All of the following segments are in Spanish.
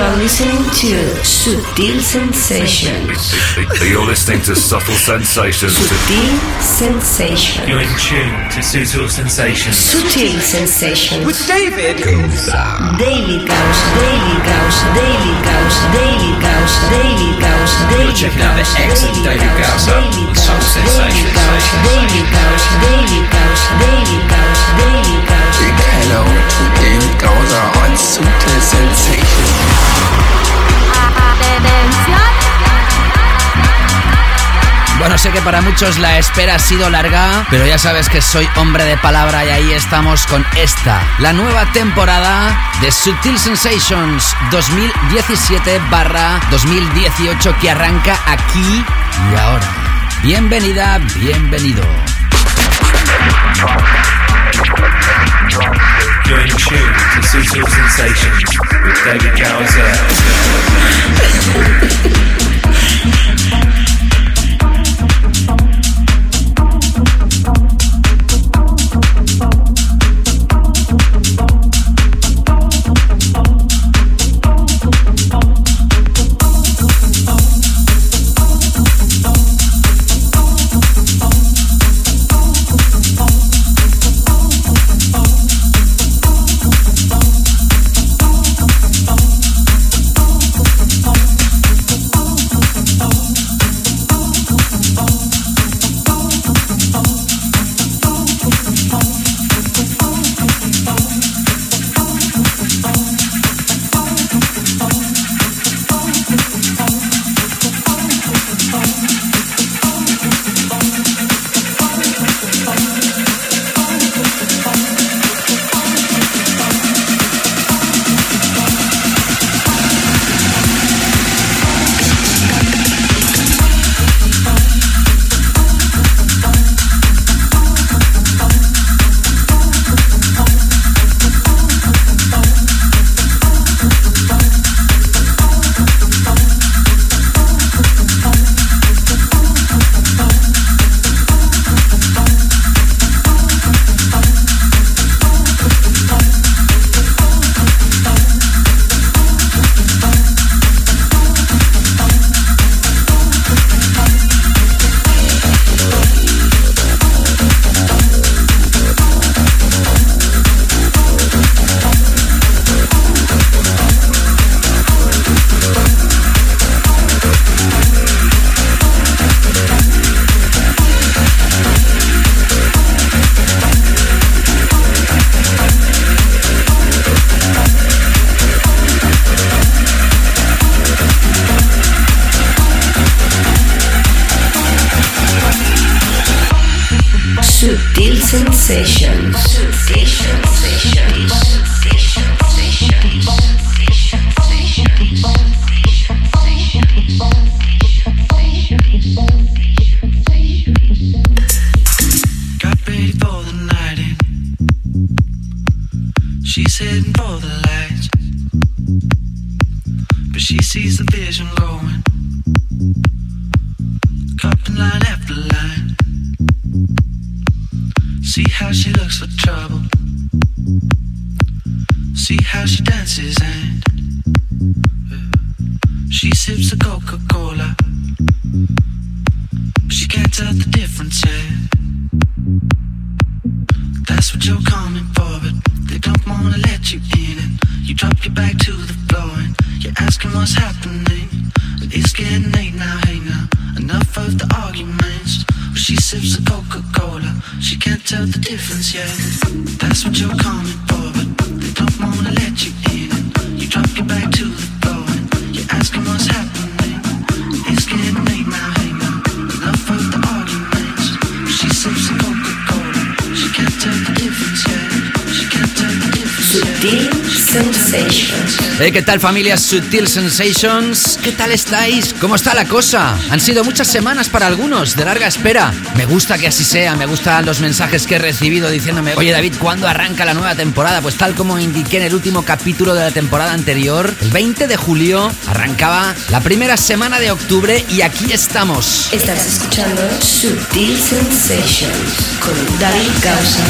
are listening to Subtle Sensations. You're listening to Subtle Sensations. Subtle Sensations. You're in tune to Subtle Sensations. Subtle Sensations. With David Gausa. Daily Gausa. Daily Gausa. Daily Gausa. Daily Gausa. Daily Gausa. You're checking out the excellent David Gausa on Subtle Sensations. Daily Gausa. Daily Gausa. Daily Gausa. Daily Gausa. Big hello to David Gausa on Subtle Sensations. Bueno, sé que para muchos la espera ha sido larga, pero ya sabes que soy hombre de palabra y ahí estamos con esta, la nueva temporada de Subtle Sensations 2017/2018 que arranca aquí y ahora. Bienvenida, bienvenido. You're in tune to Subtle Sensations with David Gausa. ¿Qué tal, familia Subtle Sensations? ¿Qué tal estáis? ¿Cómo está la cosa? Han sido muchas semanas para algunos, de larga espera. Me gusta que así sea, me gustan los mensajes que he recibido diciéndome: oye, David, ¿cuándo arranca la nueva temporada? Pues tal como indiqué en el último capítulo de la temporada anterior, el 20 de julio arrancaba la primera semana de octubre y aquí estamos. Estás escuchando Subtle Sensations con David Gausa.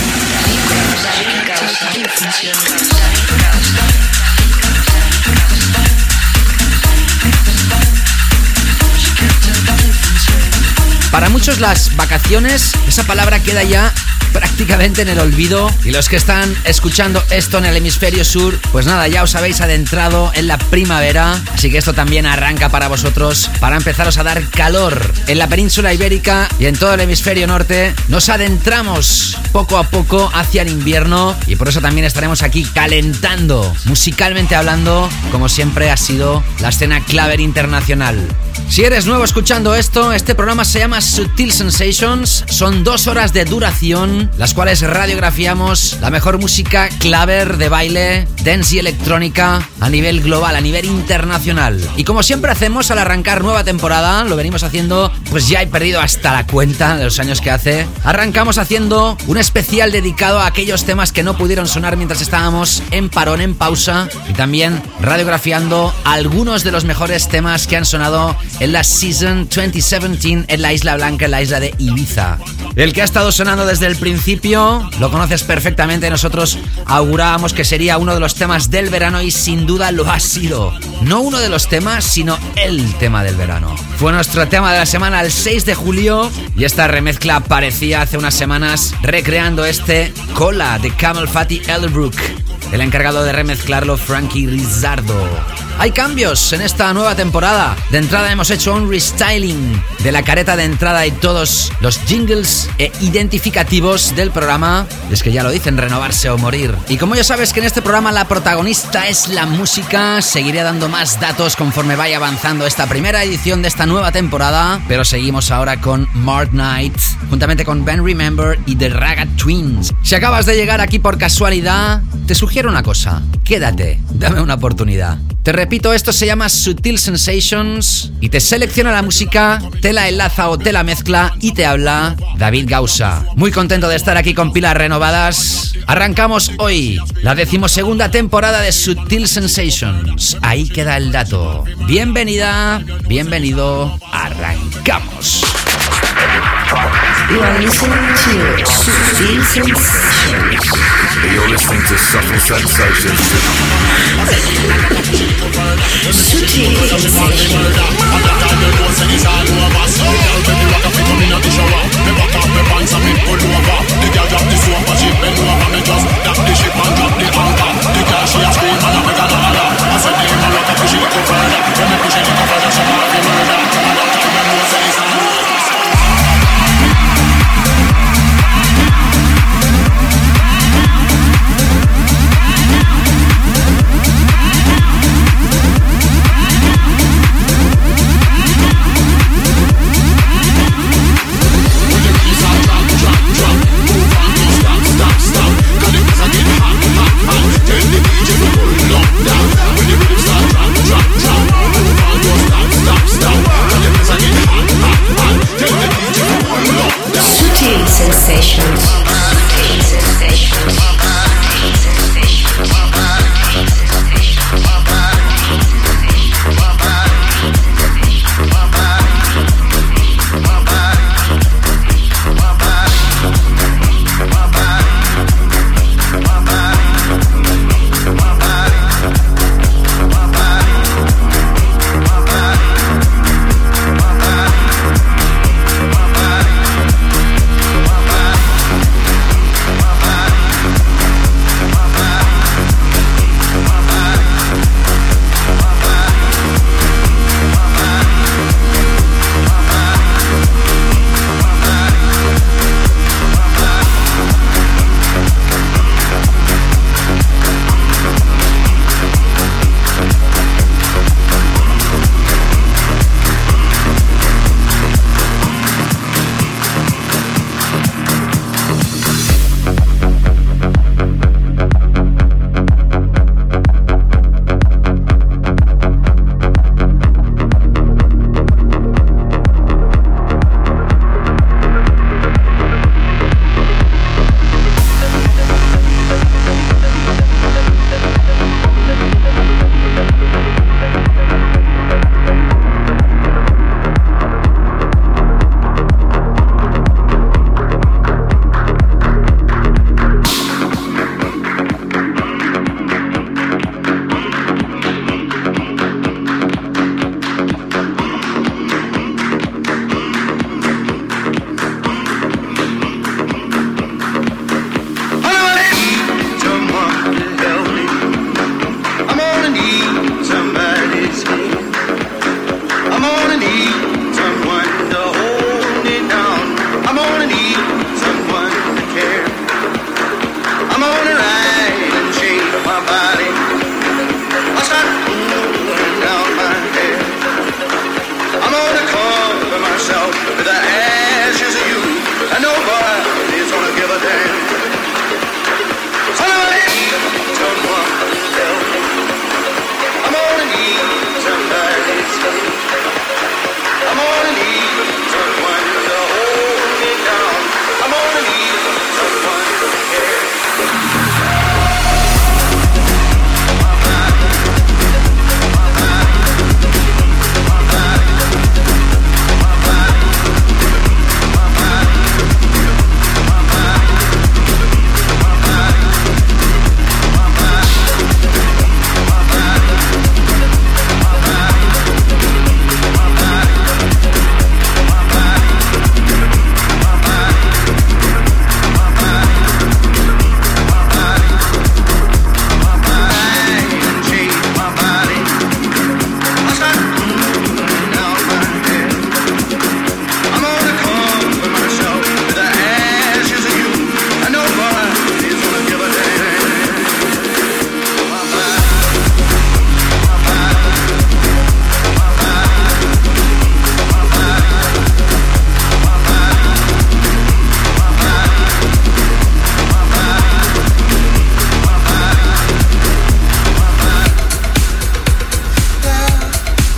muchos las vacaciones, esa palabra queda ya prácticamente en el olvido, y los que están escuchando esto en el hemisferio sur, pues nada, ya os habéis adentrado en la primavera, así que esto también arranca para vosotros, para empezaros a dar calor. En la península ibérica y en todo el hemisferio norte nos adentramos poco a poco hacia el invierno, y por eso también estaremos aquí calentando, musicalmente hablando, como siempre ha sido la escena Claver internacional. Si eres nuevo escuchando esto, este programa se llama Subtle Sensations. Son 2 horas de duración, las cuales radiografiamos la mejor música claver de baile, dance y electrónica a nivel global, a nivel internacional. Y como siempre hacemos al arrancar nueva temporada, lo venimos haciendo, pues ya he perdido hasta la cuenta de los años que hace. Arrancamos haciendo un especial dedicado a aquellos temas que no pudieron sonar mientras estábamos en parón, en pausa, y también radiografiando algunos de los mejores temas que han sonado en la Season 2017 en la Isla Blanca, en la isla de Ibiza. El que ha estado sonando desde el principio lo conoces perfectamente. Nosotros augurábamos que sería uno de los temas del verano y sin duda lo ha sido. No uno de los temas, sino el tema del verano. Fue nuestro tema de la semana el 6 de julio y esta remezcla aparecía hace unas semanas recreando este Cola de Camel Fat y Elderbrook. El encargado de remezclarlo, Frankie Rizzardo. Hay cambios en esta nueva temporada. De entrada hemos hecho un restyling de la careta de entrada y todos los jingles e identificativos del programa. Y es que ya lo dicen, renovarse o morir. Y como ya sabes que en este programa la protagonista es la música, seguiré dando más datos conforme vaya avanzando esta primera edición de esta nueva temporada. Pero seguimos ahora con Mark Knight, juntamente con Ben Remember y The Raga Twins. Si acabas de llegar aquí por casualidad, te sugiero una cosa. Quédate, dame una oportunidad. Te repito, esto se llama Subtle Sensations y te selecciona la música, te la enlaza o te la mezcla y te habla David Gausa. Muy contento de estar aquí con pilas renovadas. Arrancamos hoy la 12ª temporada de Subtle Sensations. Ahí queda el dato. Bienvenida, bienvenido, arrancamos. You are listening to Subtle Sensations. You're listening to Subtle Sensations. Subtle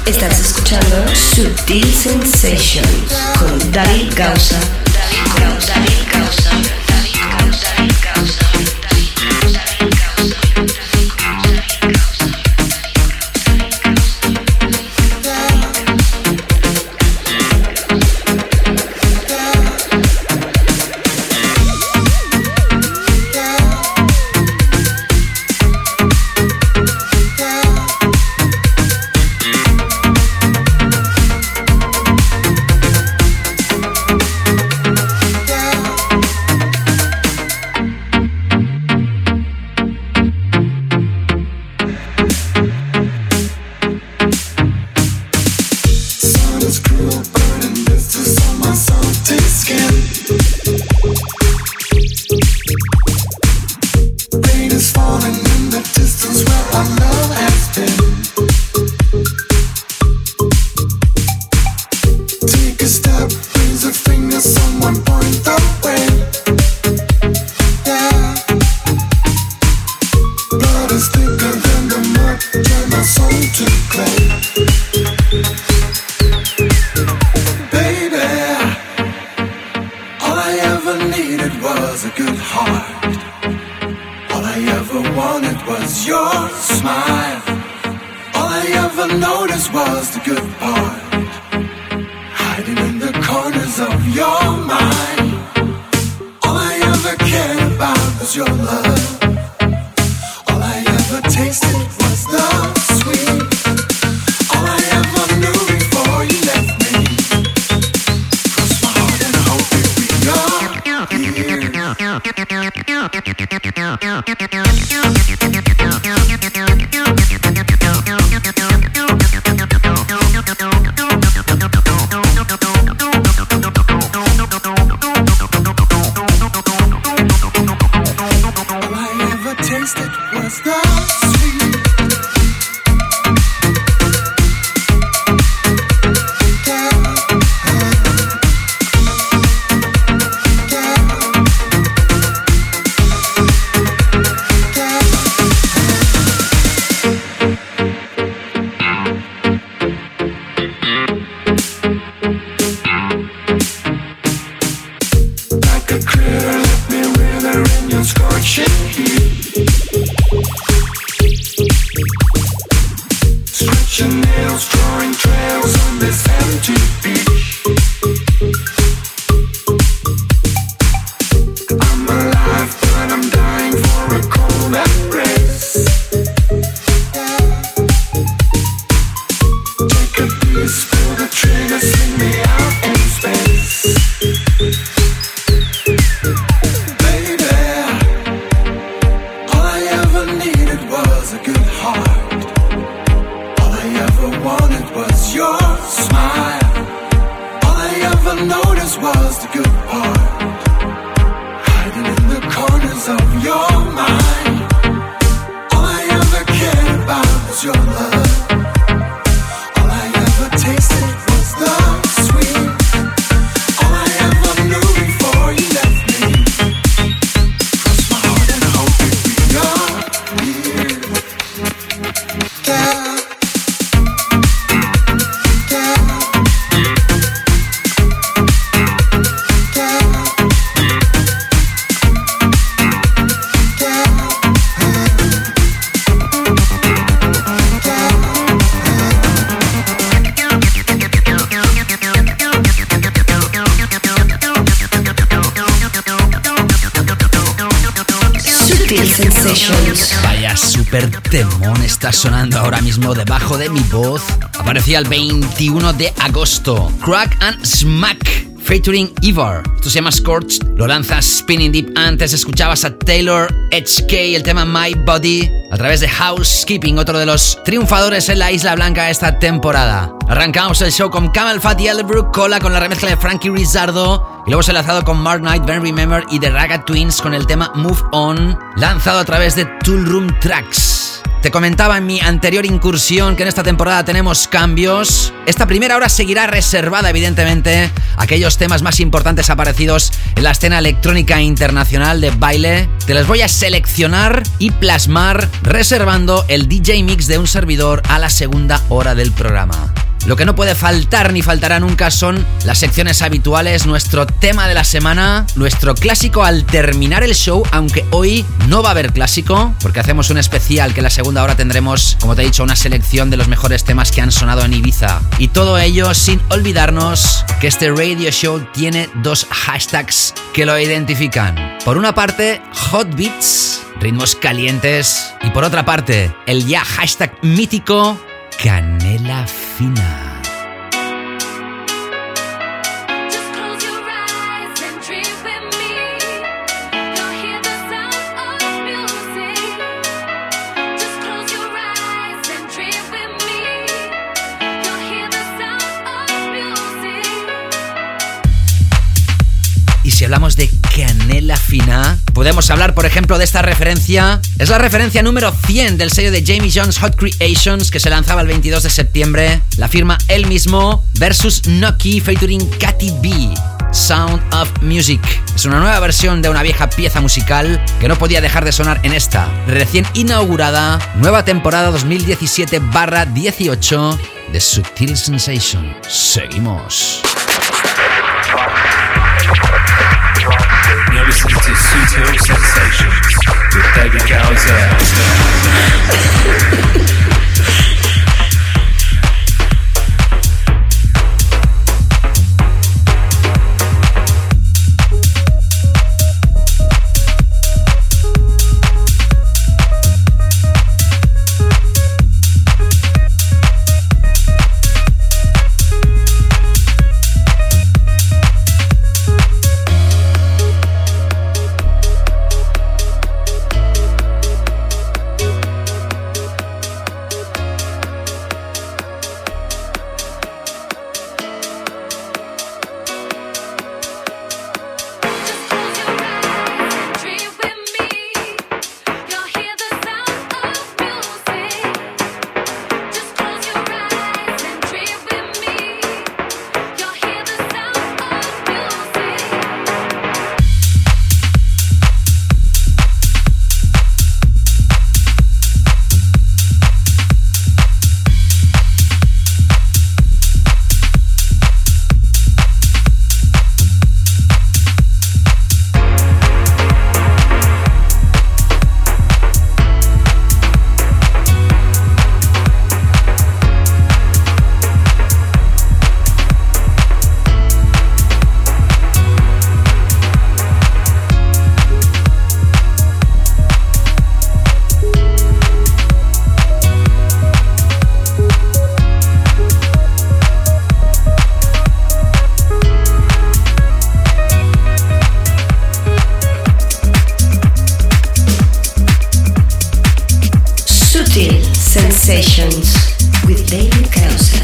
Estás escuchando Sutil Sensations con David Gausa. Vaya super temón está sonando ahora mismo debajo de mi voz. Aparecía el 21 de agosto. Crack and Smack featuring Ivar. Esto se llama Scorched. Lo lanza Spinning Deep. Antes escuchabas a Taylor HK, el tema My Body, a través de Housekeeping, otro de los triunfadores en la Isla Blanca esta temporada. Arrancamos el show con Camel Fat y Elderbrook, Cola con la remezcla de Frankie Rizzardo, y luego se ha lanzado con Mark Knight, Ben Remember y The Raga Twins con el tema Move On, lanzado a través de Tool Room Tracks. Te comentaba en mi anterior incursión que en esta temporada tenemos cambios. Esta primera hora seguirá reservada, evidentemente, a aquellos temas más importantes aparecidos en la escena electrónica internacional de baile. Te los voy a seleccionar y plasmar, reservando el DJ Mix de un servidor a la segunda hora del programa. Lo que no puede faltar ni faltará nunca son las secciones habituales, nuestro tema de la semana, nuestro clásico al terminar el show, aunque hoy no va a haber clásico, porque hacemos un especial que en la segunda hora tendremos, como te he dicho, una selección de los mejores temas que han sonado en Ibiza. Y todo ello sin olvidarnos que este radio show tiene dos hashtags que lo identifican. Por una parte, Hot Beats, ritmos calientes, y por otra parte, el ya hashtag mítico Canela Fina. Si hablamos de canela fina, podemos hablar, por ejemplo, de esta referencia. Es la referencia número 100 del sello de Jamie Jones Hot Creations, que se lanzaba el 22 de septiembre. La firma él mismo versus Noki featuring Katy B. Sound of Music. Es una nueva versión de una vieja pieza musical que no podía dejar de sonar en esta recién inaugurada nueva temporada 2017/18 de Subtle Sensation. Seguimos. You're listening to Subtle Sensations with David Gowser. Sensations with David Gowser.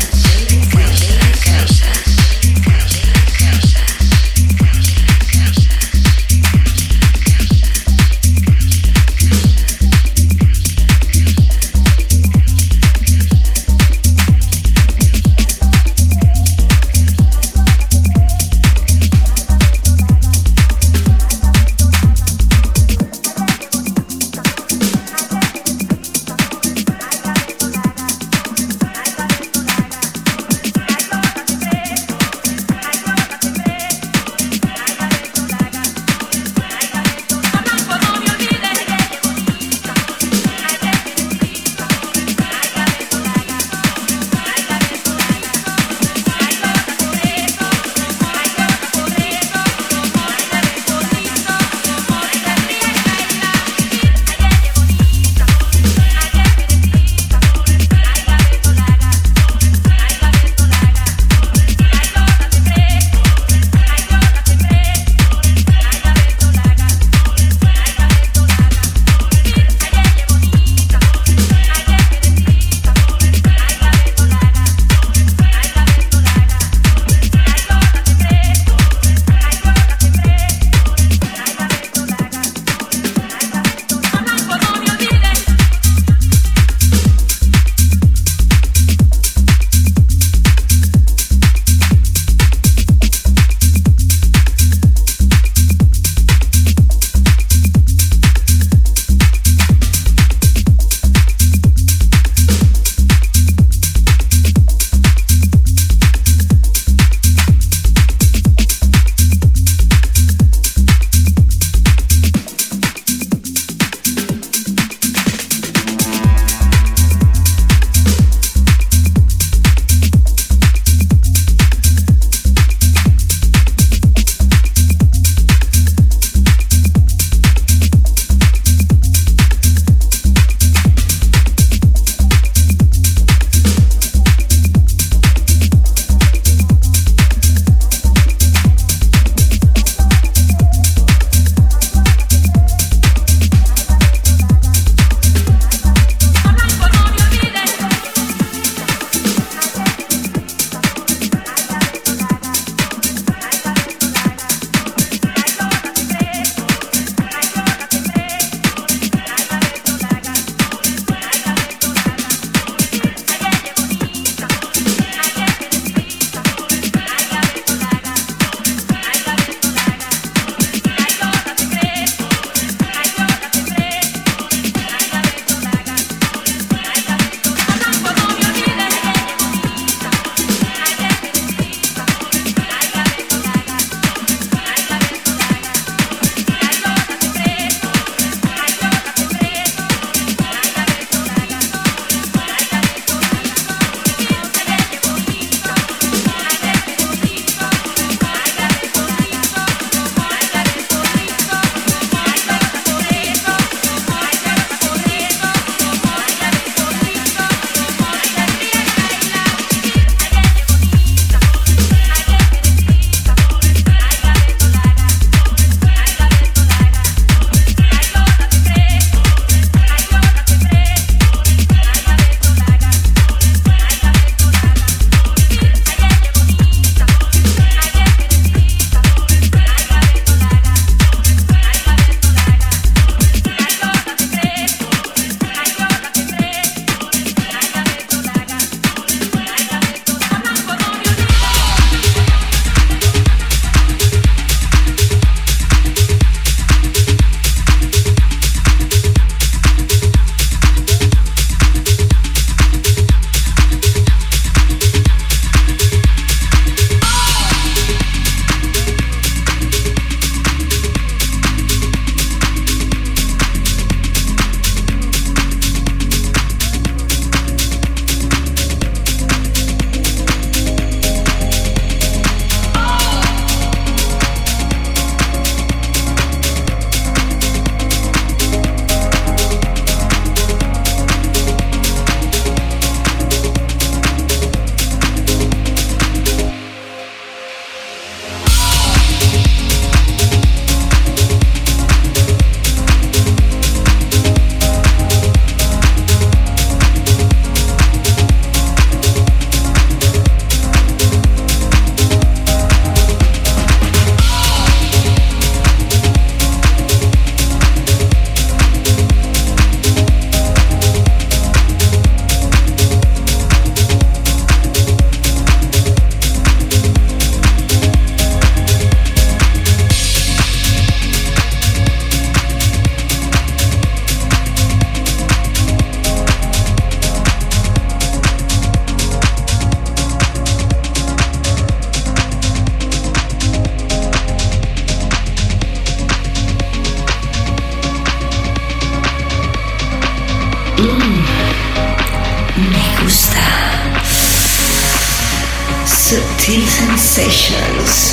gusta. Sutil Sensations.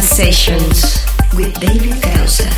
Sensations with David Gausa.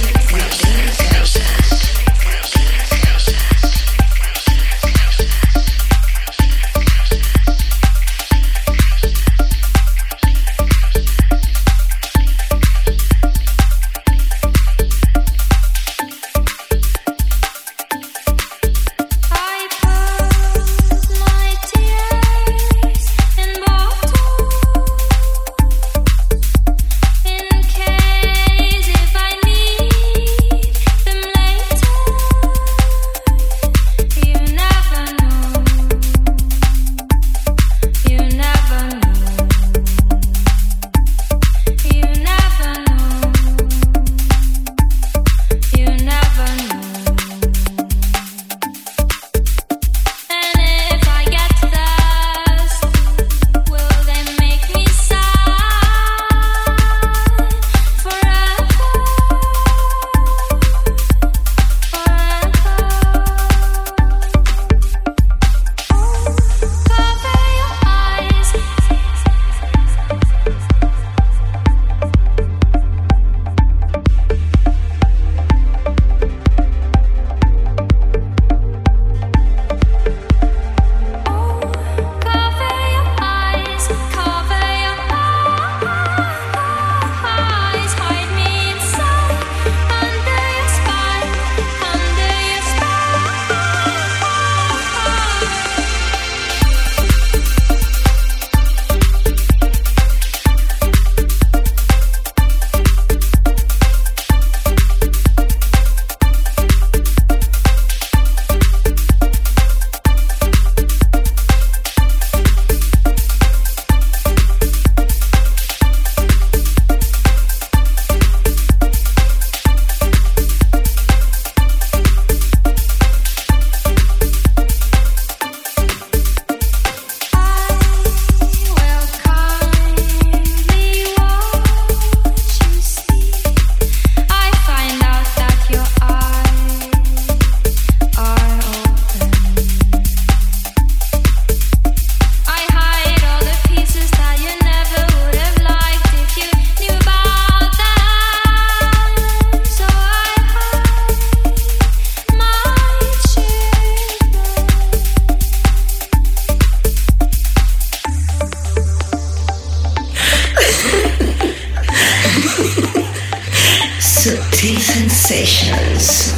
Sutil Sensations.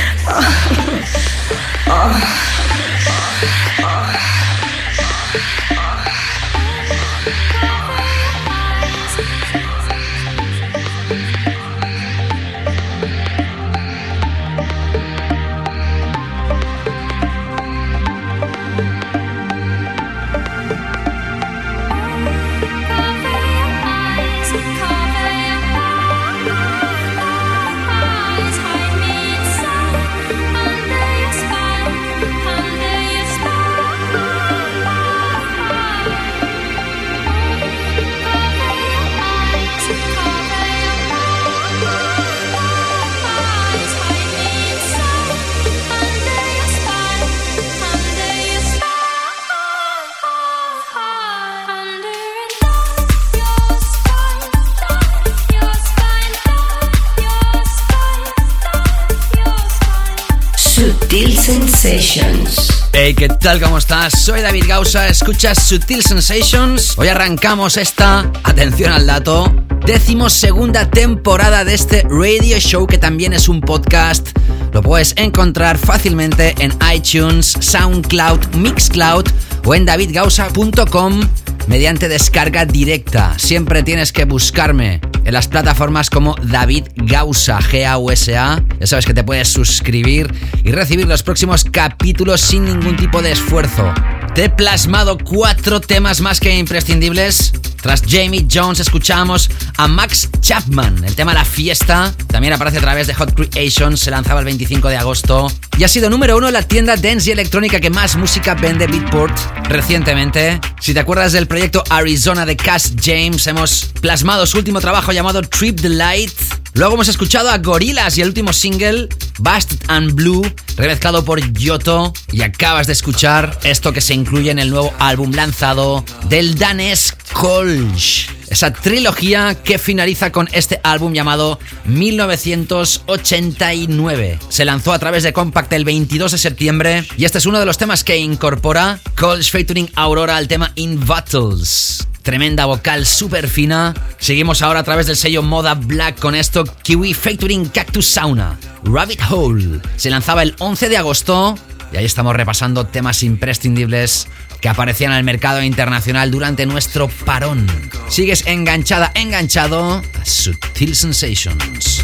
Sutil Sensations. Hey, ¿qué tal? ¿Cómo estás? Soy David Gausa, escuchas Sutil Sensations. Hoy arrancamos esta, atención al dato, 12ª temporada de este radio show que también es un podcast. Lo puedes encontrar fácilmente en iTunes, SoundCloud, Mixcloud o en davidgausa.com mediante descarga directa. Siempre tienes que buscarme en las plataformas como David Gausa, Gausa. Ya sabes que te puedes suscribir y recibir los próximos capítulos sin ningún tipo de esfuerzo. Te he plasmado 4 temas más que imprescindibles. Tras Jamie Jones escuchamos a Max Chapman. El tema La Fiesta también aparece a través de Hot Creations. Se lanzaba el 25 de agosto y ha sido número 1 en la tienda dance y electrónica que más música vende, Beatport, recientemente. Si te acuerdas del proyecto Arizona de Cass James, hemos plasmado su último trabajo llamado Trip the Light. Luego hemos escuchado a Gorillaz y el último single, Busted and Blue, remezclado por Giotto. Y acabas de escuchar esto que se incluye en el nuevo álbum lanzado del danés Kolsch. esa trilogía que finaliza con este álbum llamado 1989. Se lanzó a través de Compact el 22 de septiembre y este es uno de los temas que incorpora Colch featuring Aurora al tema In Battles. Tremenda vocal súper fina. Seguimos ahora a través del sello Moda Black con esto, Kiwi featuring Cactus Sauna. Rabbit Hole se lanzaba el 11 de agosto y ahí estamos repasando temas imprescindibles que aparecían en el mercado internacional durante nuestro parón. Sigues enganchada, enganchado a Subtle Sensations.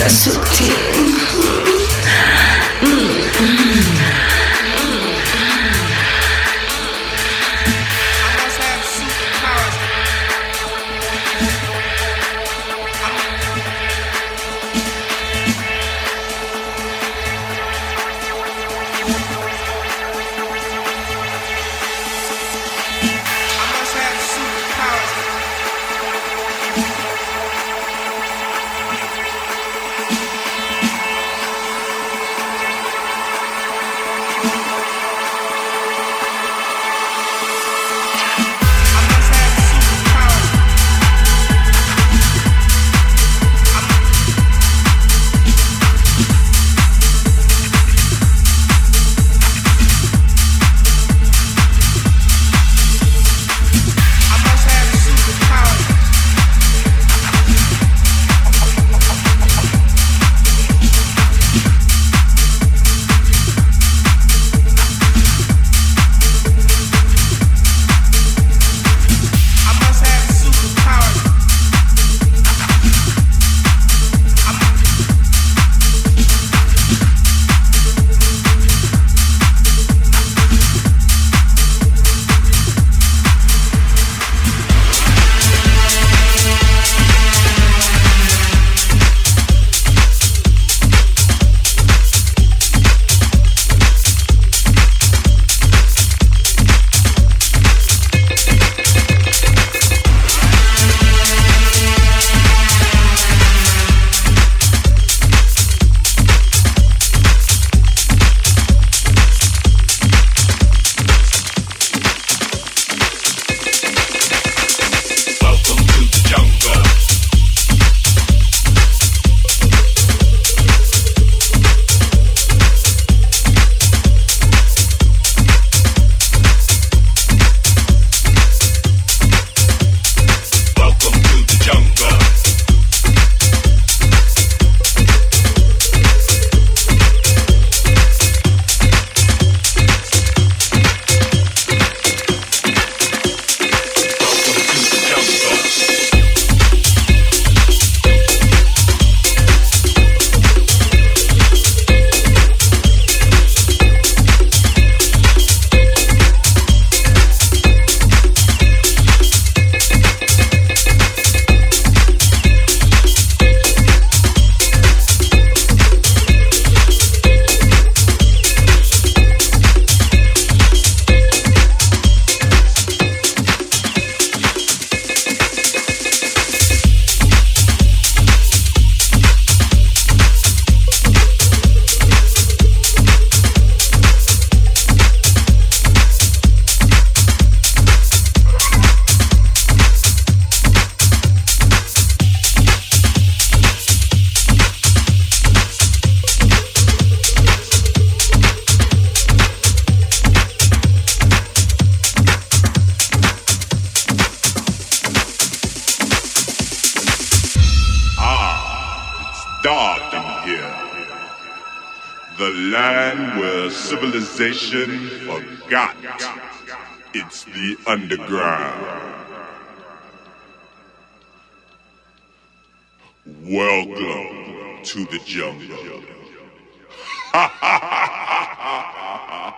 cosa sutil. The land where civilization forgot. It's the underground. Welcome to the jungle. Ha ha ha ha ha.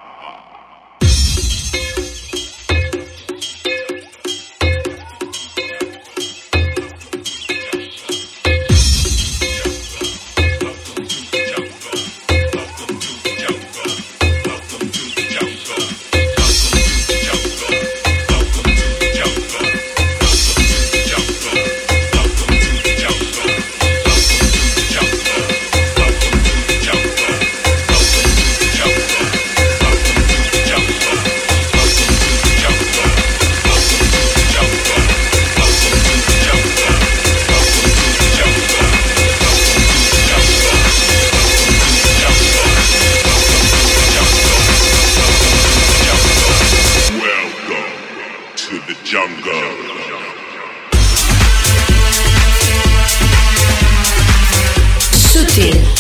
Sutil Sensations.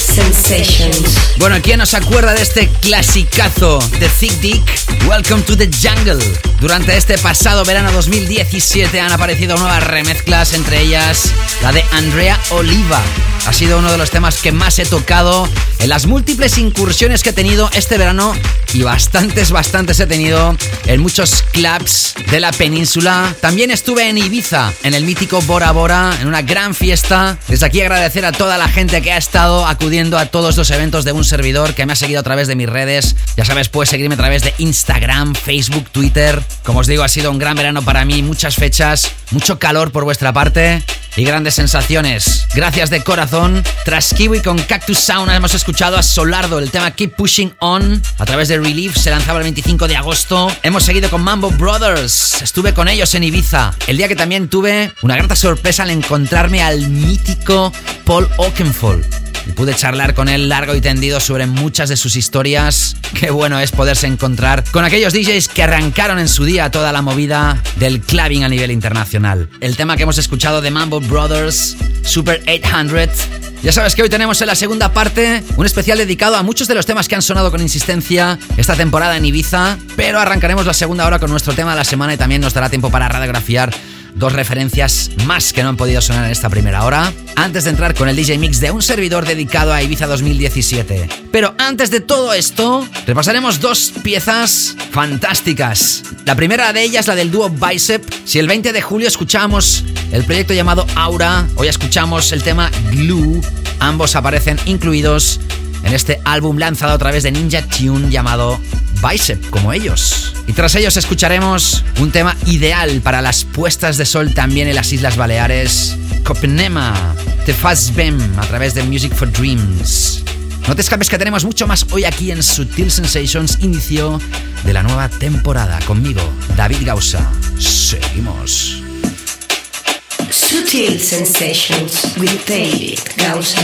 Sensations. Bueno, ¿quién nos acuerda de este clasicazo de Thick Dick? Welcome to the Jungle. Durante este pasado verano 2017 han aparecido nuevas remezclas, entre ellas la de Andrea Oliva. Ha sido uno de los temas que más he tocado en las múltiples incursiones que he tenido este verano, y bastantes he tenido en muchos clubs de la península. También estuve en Ibiza, en el mítico Bora Bora, en una gran fiesta. Desde aquí agradecer a toda la gente que ha estado acudiendo a todos los eventos de un servidor, que me ha seguido a través de mis redes. Ya sabes, puedes seguirme a través de Instagram, Facebook, Twitter. Como os digo, ha sido un gran verano para mí, muchas fechas, mucho calor por vuestra parte y grandes sensaciones. Gracias de corazón. Tras Kiwi con Cactus Sauna hemos escuchado a Solardo, el tema Keep Pushing On, a través de Relief. Se lanzaba el 25 de agosto. Hemos seguido con Mambo Brothers. Estuve con ellos en Ibiza, el día que también tuve una grata sorpresa al encontrarme al mítico Paul Oakenfold. Y pude charlar con él largo y tendido sobre muchas de sus historias. Qué bueno es poderse encontrar con aquellos DJs que arrancaron en su día toda la movida del clubbing a nivel internacional. El tema que hemos escuchado de Mambo Brothers, Super 800. Ya sabes que hoy tenemos en la segunda parte un especial dedicado a muchos de los temas que han sonado con insistencia esta temporada en Ibiza, pero arrancaremos la segunda hora con nuestro tema de la semana y también nos dará tiempo para radiografiar dos referencias más que no han podido sonar en esta primera hora, antes de entrar con el DJ Mix de un servidor dedicado a Ibiza 2017. Pero antes de todo esto, repasaremos dos piezas fantásticas. La primera de ellas, la del dúo Bicep. Si el 20 de julio escuchamos el proyecto llamado Aura, hoy escuchamos el tema Glue. Ambos aparecen incluidos en este álbum lanzado a través de Ninja Tune llamado Bicep, como ellos. Y tras ellos escucharemos un tema ideal para las puestas de sol también en las Islas Baleares, Copenema, Te Fas Bem, a través de Music for Dreams. No te escapes que tenemos mucho más hoy aquí en Sutil Sensations, inicio de la nueva temporada. Conmigo, David Gausa. Seguimos. Sutil Sensations with David Gausa.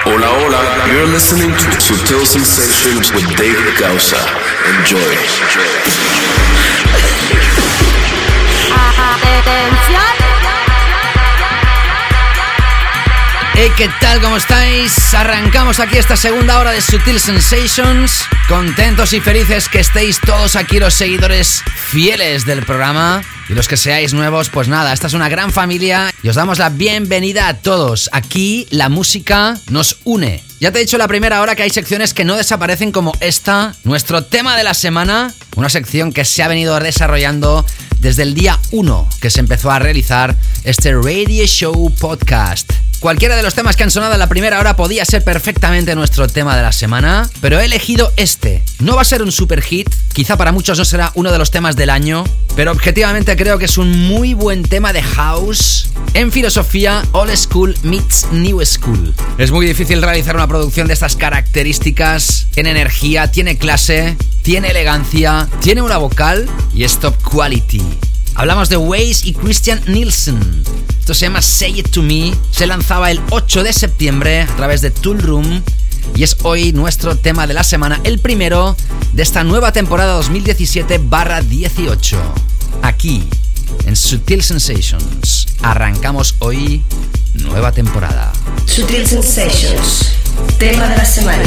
Hola, hola. You're listening to Sutil Sensations with David Gausa. Enjoy. Hey, ¿qué tal? ¿Cómo estáis? Arrancamos aquí esta segunda hora de Sutil Sensations. Contentos y felices que estéis todos aquí, los seguidores fieles del programa. Y los que seáis nuevos, pues nada, esta es una gran familia y os damos la bienvenida a todos. Aquí la música nos une. Ya te he dicho en la primera hora que hay secciones que no desaparecen, como esta, nuestro tema de la semana. Una sección que se ha venido desarrollando desde el día 1 que se empezó a realizar este Radio Show Podcast. Cualquiera de los temas que han sonado en la primera hora podía ser perfectamente nuestro tema de la semana, pero he elegido este. No va a ser un super hit, quizá para muchos no será uno de los temas del año, pero objetivamente creo que es un muy buen tema de house en filosofía old school meets new school. Es muy difícil realizar una producción de estas características. Tiene energía, tiene clase, tiene elegancia, tiene una vocal y es top quality. Hablamos de Waze y Christian Nielsen. Esto se llama Say It To Me. Se lanzaba el 8 de septiembre a través de Tool Room y es hoy nuestro tema de la semana, el primero de esta nueva temporada 2017/18. Aquí, en Sutil Sensations, arrancamos hoy nueva temporada. Sutil Sensations, tema de la semana.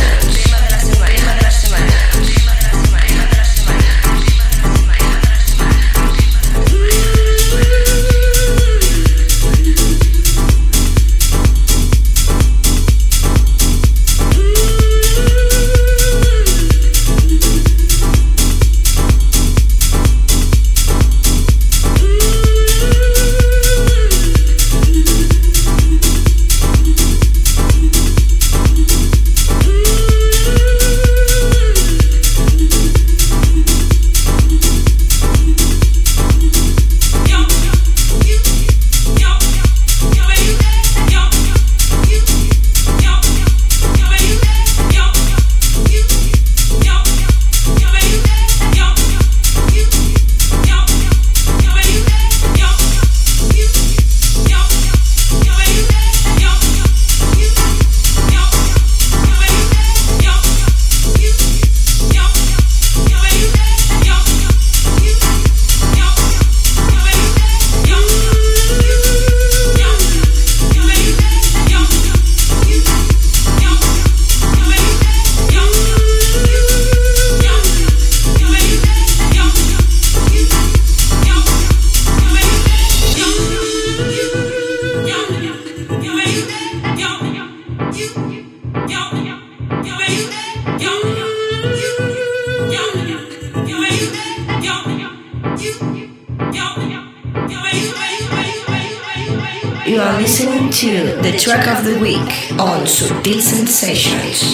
You are listening to the track of the week on Sutil Sensations.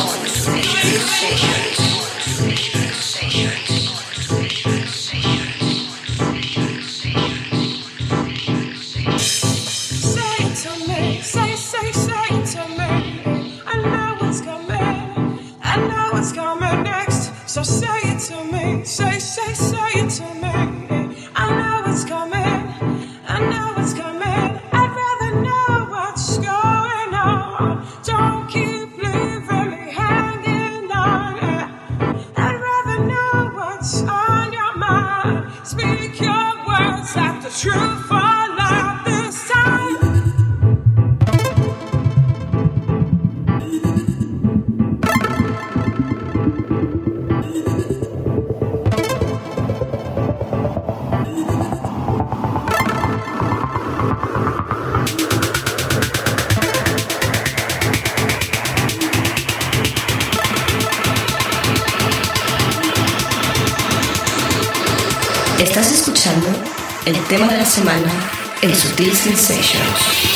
Estás escuchando el tema de la semana en Sutil Sensations.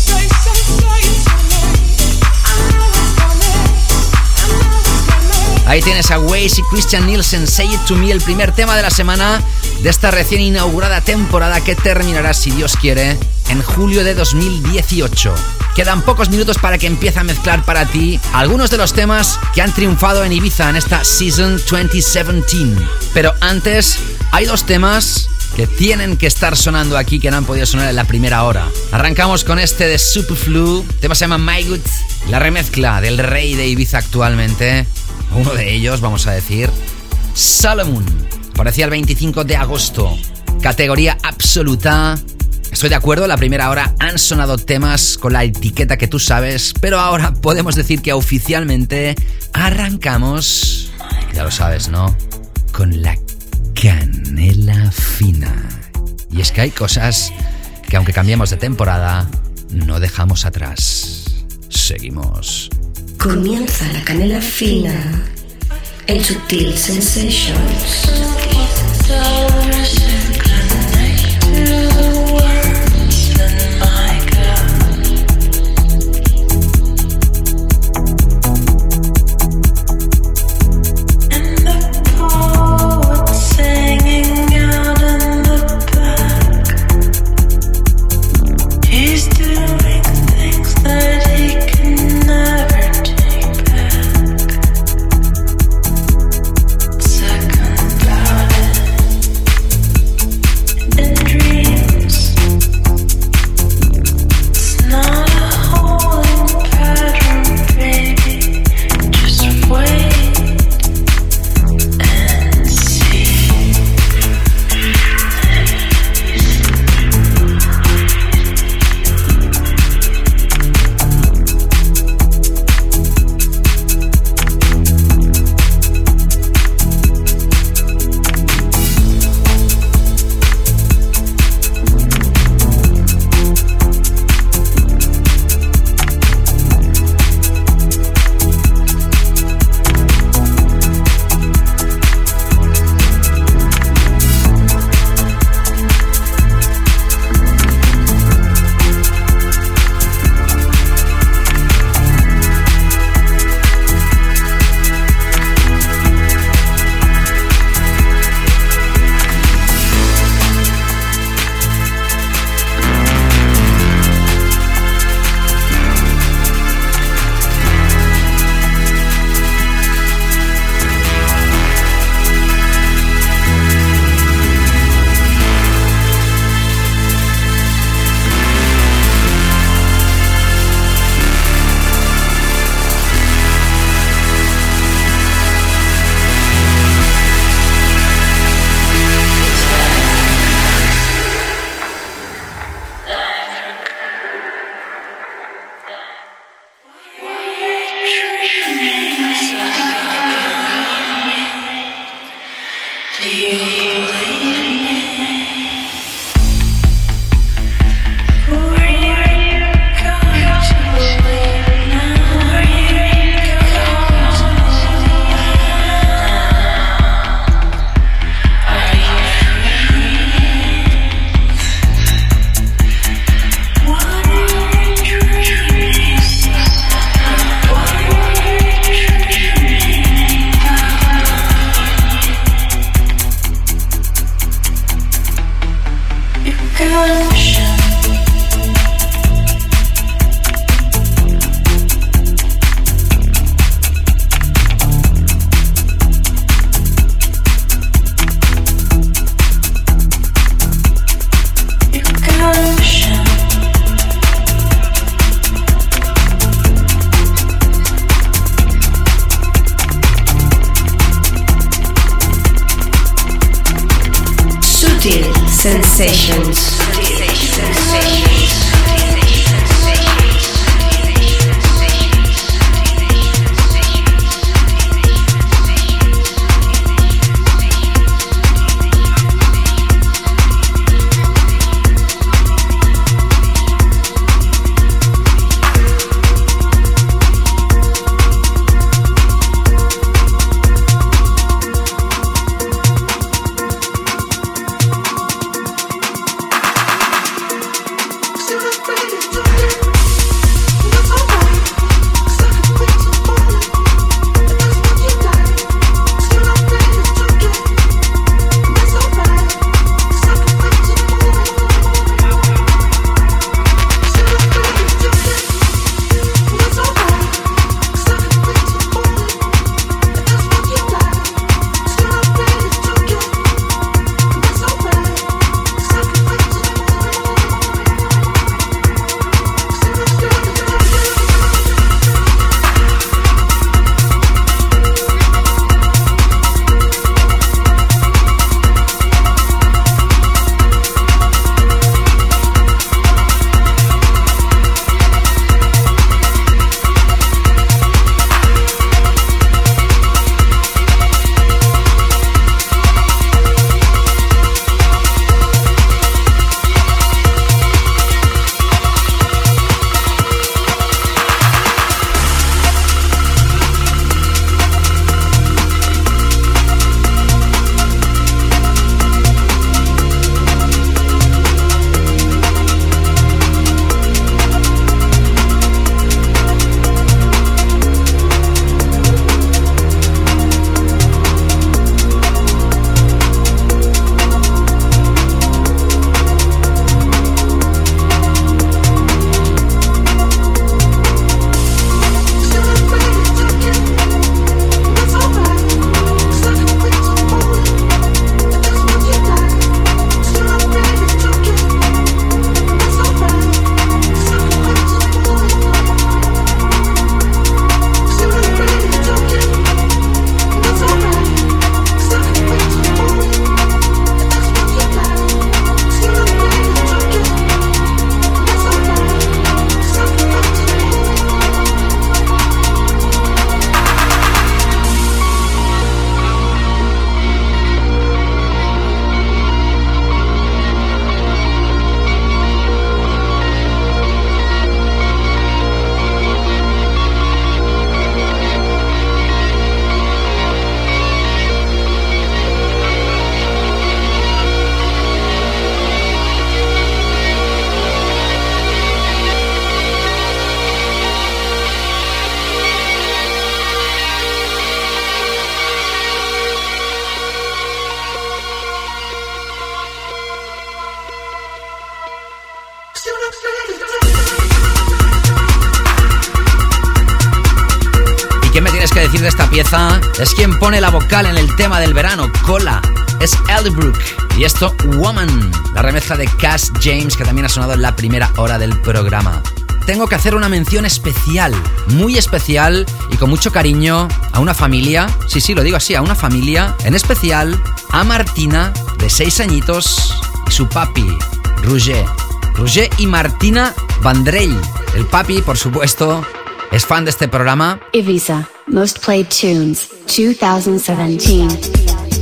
Ahí Ahí tienes a Waze y Christian Nielsen, Say It To Me, el primer tema de la semana de esta recién inaugurada temporada que terminará, si Dios quiere, en julio de 2018. Quedan pocos minutos para que empiece a mezclar para ti algunos de los temas que han triunfado en Ibiza en esta Season 2017. Pero antes, hay dos temas que tienen que estar sonando aquí, que no han podido sonar en la primera hora. Arrancamos con este de Superflu, el tema se llama My Good, la remezcla del rey de Ibiza actualmente, uno de ellos, vamos a decir, Solomon. Aparecía el 25 de agosto, categoría absoluta. Estoy de acuerdo, en la primera hora han sonado temas con la etiqueta que tú sabes, pero ahora podemos decir que oficialmente arrancamos, ya lo sabes, ¿no?, con la canela fina. Y es que hay cosas que, aunque cambiemos de temporada, no dejamos atrás. Seguimos. Comienza la canela fina en Sutil Sensations. Sensations. decir de esta pieza? Es quien pone la vocal en el tema del verano, Cola. Es Elderbrook. Y esto, Woman, la remezcla de Cass James, que también ha sonado en la primera hora del programa. Tengo que hacer una mención especial, muy especial y con mucho cariño a una familia, sí, lo digo así, a una familia, en especial a Martina, de 6 añitos, y su papi, Roger y Martina Vendrell. El papi, por supuesto, es fan de este programa. Ibiza, Most Played Tunes, 2017.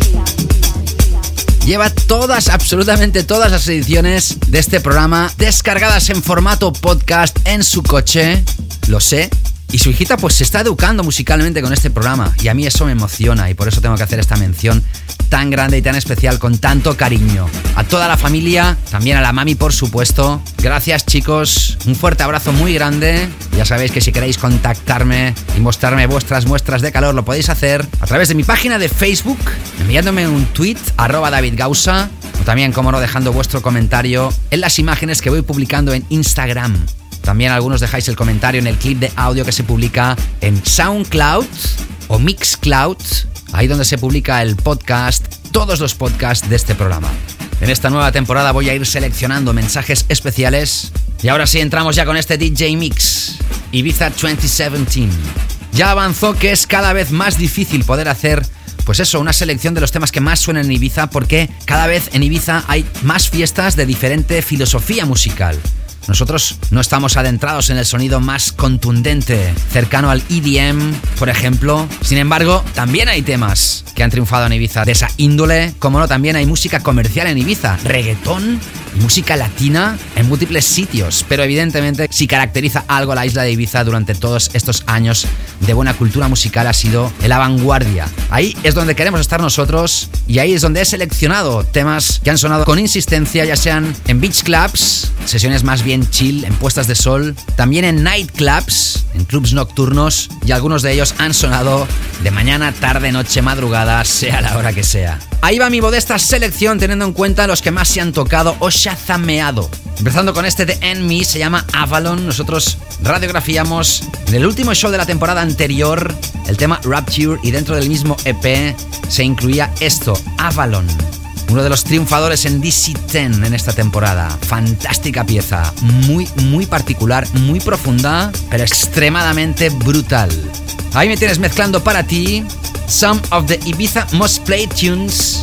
Lleva absolutamente todas las ediciones de este programa descargadas en formato podcast en su coche, lo sé. Y su hijita pues se está educando musicalmente con este programa y a mí eso me emociona y por eso tengo que hacer esta mención tan grande y tan especial con tanto cariño. A toda la familia, también a la mami por supuesto. Gracias chicos, un fuerte abrazo muy grande. Ya sabéis que si queréis contactarme y mostrarme vuestras muestras de calor lo podéis hacer a través de mi página de Facebook, enviándome un tweet @DavidGausa o también, como no, dejando vuestro comentario en las imágenes que voy publicando en Instagram. También algunos dejáis el comentario en el clip de audio que se publica en SoundCloud o Mixcloud, ahí donde se publica el podcast, todos los podcasts de este programa. En esta nueva temporada voy a ir seleccionando mensajes especiales y ahora sí entramos ya con este DJ Mix, Ibiza 2017. Ya avanzó que es cada vez más difícil poder hacer, pues eso, una selección de los temas que más suenan en Ibiza porque cada vez en Ibiza hay más fiestas de diferente filosofía musical. Nosotros no estamos adentrados en el sonido más contundente, cercano al EDM, por ejemplo. Sin embargo, también hay temas que han triunfado en Ibiza de esa índole. Como no, también hay música comercial en Ibiza, reggaetón y música latina en múltiples sitios. Pero evidentemente, si caracteriza algo a la isla de Ibiza durante todos estos años de buena cultura musical, ha sido la vanguardia. Ahí es donde queremos estar nosotros y ahí es donde he seleccionado temas que han sonado con insistencia, ya sean en beach clubs, sesiones más bien chill, en puestas de sol, también en nightclubs, en clubs nocturnos, y algunos de ellos han sonado de mañana, tarde, noche, madrugada, sea la hora que sea. Ahí va mi modesta selección, teniendo en cuenta los que más se han tocado o shazameado. Empezando con este de Enemy, se llama Avalon. Nosotros radiografiamos en el último show de la temporada anterior el tema Rapture y dentro del mismo EP se incluía esto, Avalon. Uno de los triunfadores en DC10 en esta temporada. Fantástica pieza, muy particular, muy profunda, pero extremadamente brutal. Ahí me tienes mezclando para ti Some of the Ibiza Most Played Tunes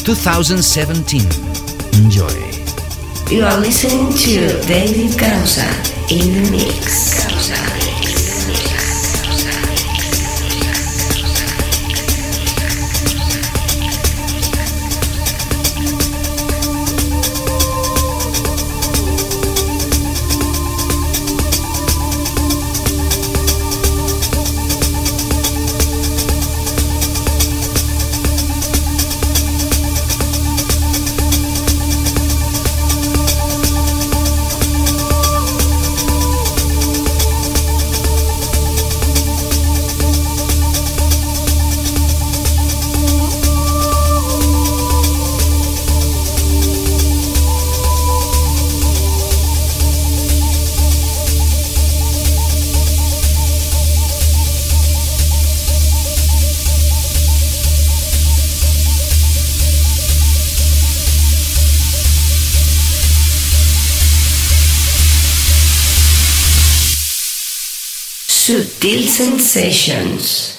2017. Enjoy. You are listening to David Gausa in the mix. Subtle Sensations.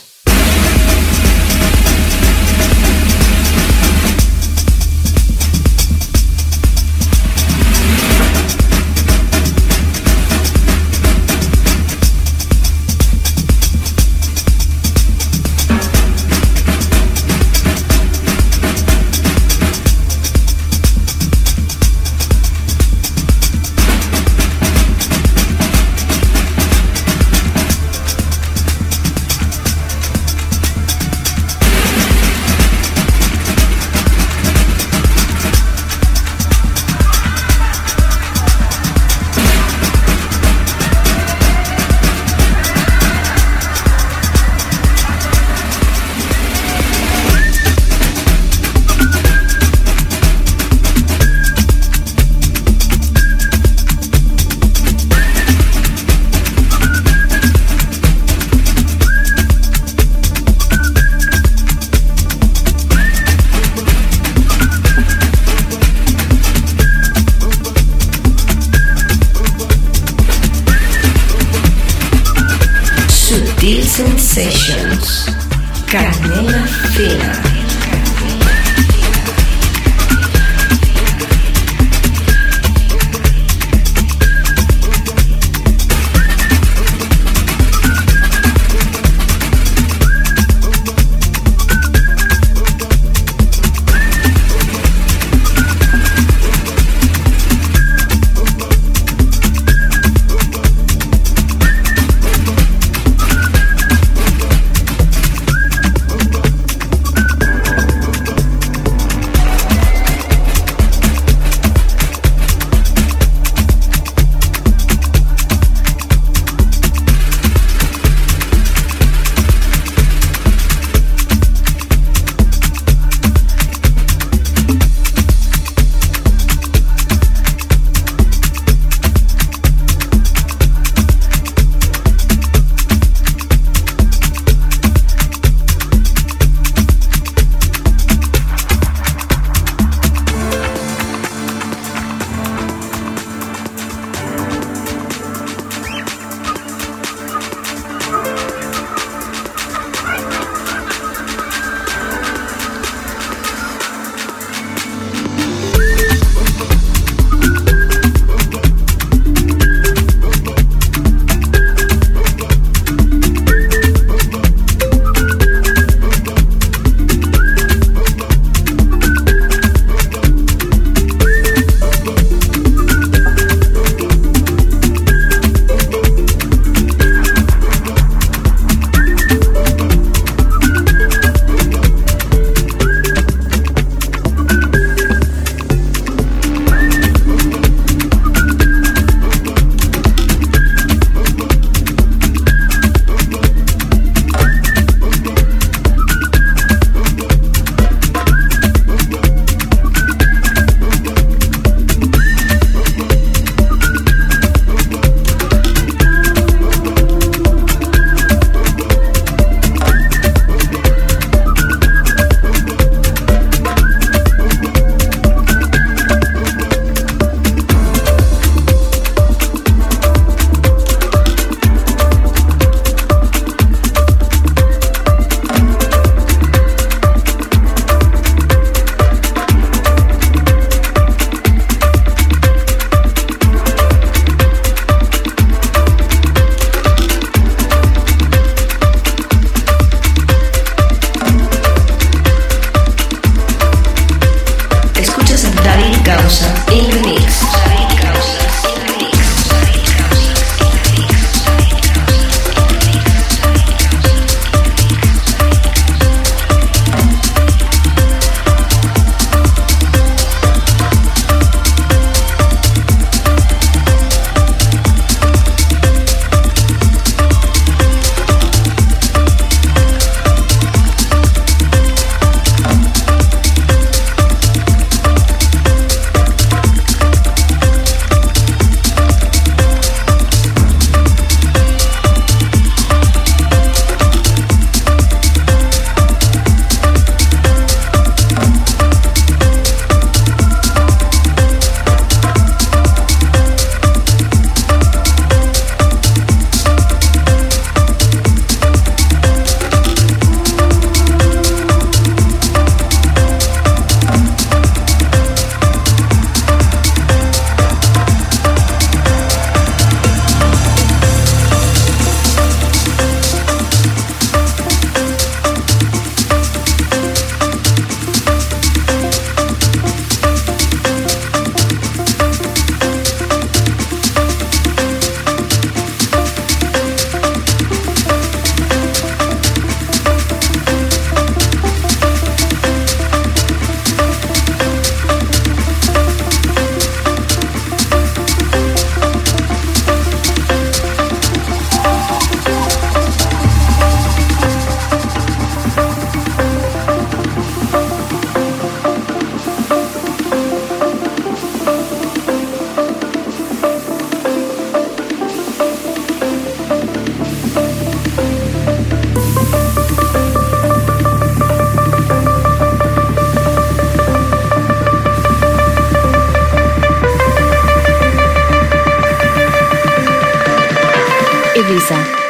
Sessions. Canela fina.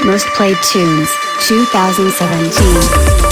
Most Played Tunes, 2017.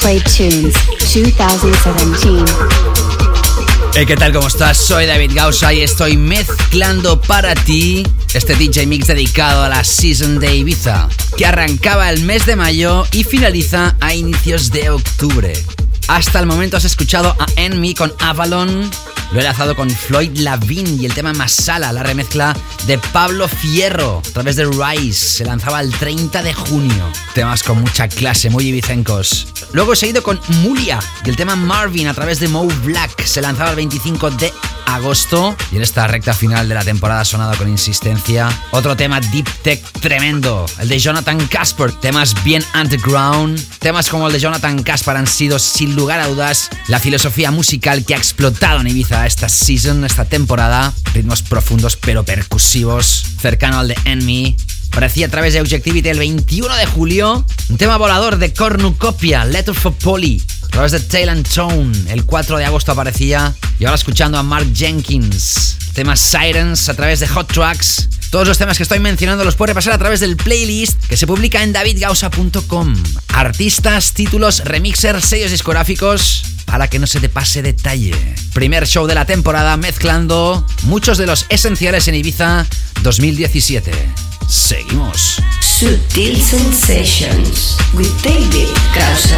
Played Tunes 2017. Hey, ¿qué tal? ¿Cómo estás? Soy David Gausa y estoy mezclando para ti este DJ Mix dedicado a la Season de Ibiza, que arrancaba el mes de mayo y finaliza a inicios de octubre. Hasta el momento has escuchado a Enemy con Avalon, lo he enlazado con Floyd Lavin y el tema Masala, la remezcla de Pablo Fierro a través de Rise. Se lanzaba el 30 de junio. Temas con mucha clase, muy ibicencos. Luego he seguido con Mulia y el tema Marvin a través de Mo Black. Se lanzaba el 25 de agosto y en esta recta final de la temporada ha sonado con insistencia otro tema deep tech tremendo, el de Jonathan Casper. Temas bien underground, temas como el de Jonathan Casper han sido sin lugar a dudas la filosofía musical que ha explotado en Ibiza esta season, esta temporada. Ritmos profundos pero percusivos, cercano al de Enemy. Aparecía a través de Objectivity el 21 de julio un tema volador de Cornucopia, Letter for Polly, a través de Tail and Tone. El 4 de agosto aparecía. Y ahora escuchando a Mark Jenkins, tema Sirens a través de Hot Tracks. Todos los temas que estoy mencionando los puedes repasar a través del playlist que se publica en davidgausa.com. Artistas, títulos, remixers, sellos discográficos, para que no se te pase detalle. Primer show de la temporada mezclando muchos de los esenciales en Ibiza 2017. Seguimos. Sutil Sensations with David Gausa.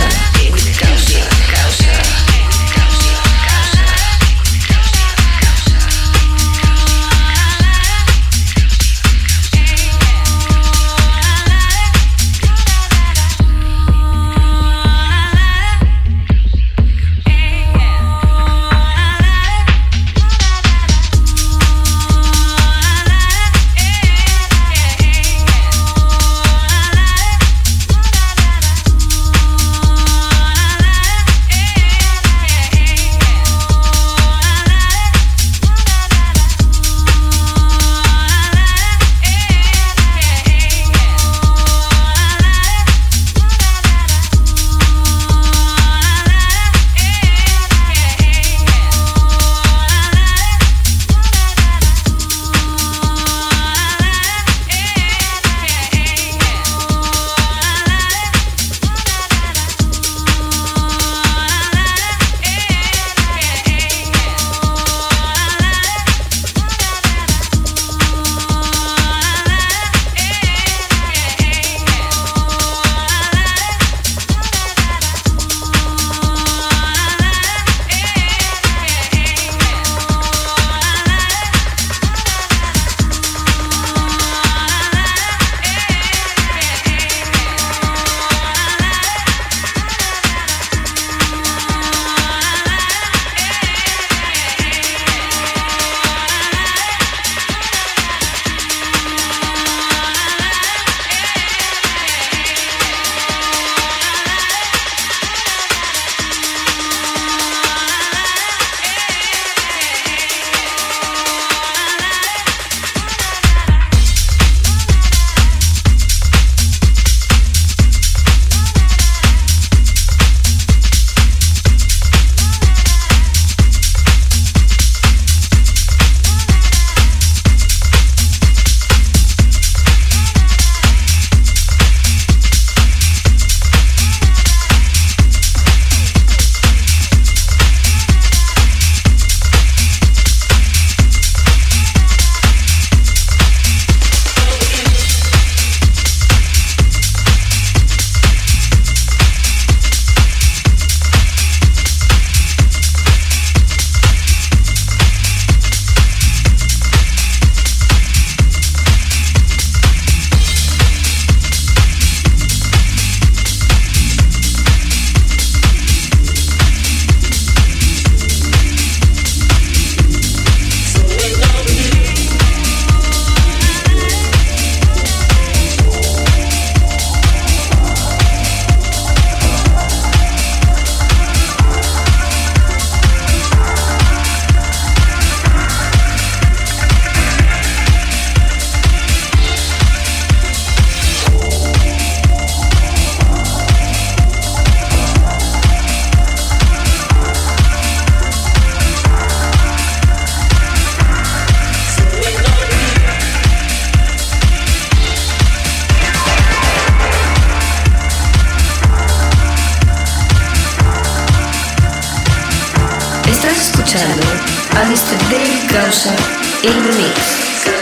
Gausa in the mix.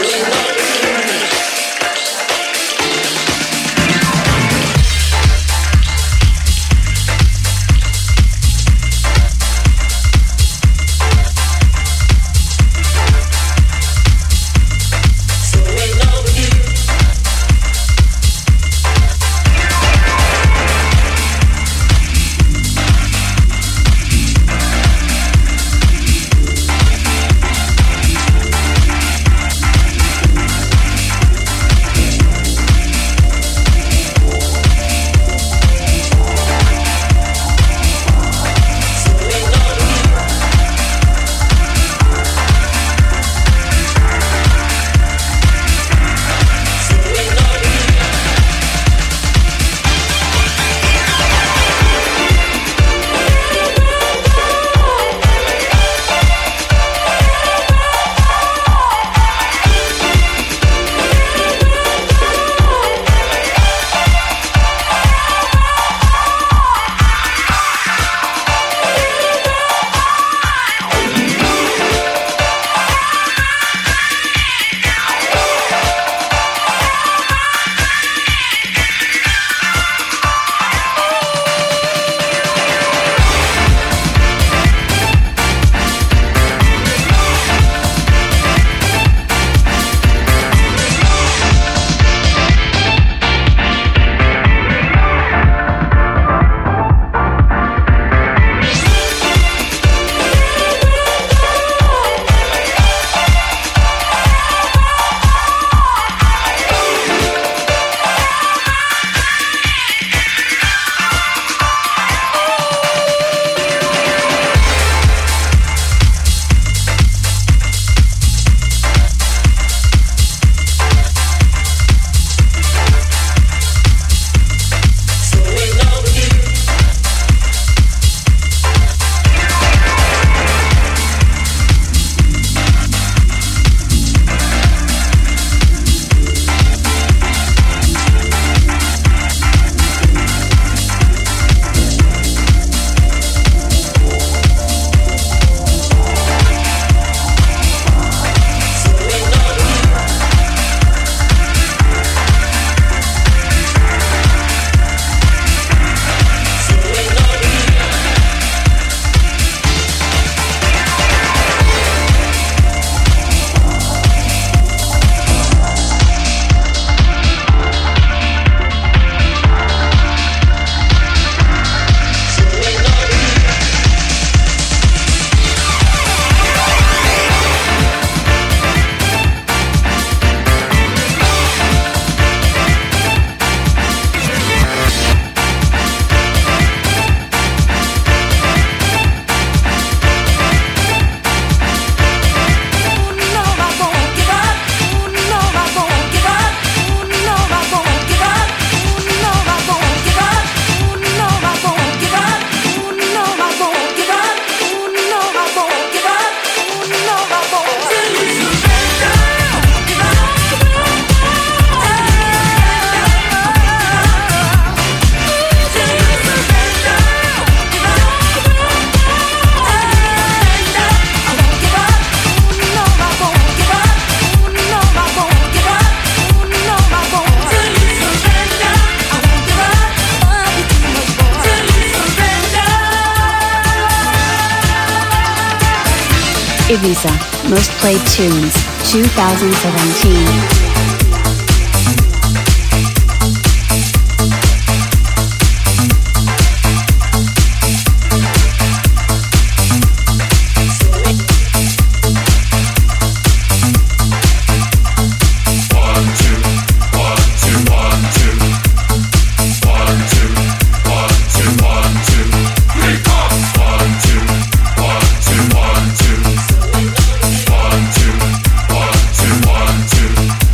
Ibiza Most Played Tunes 2017. One, two.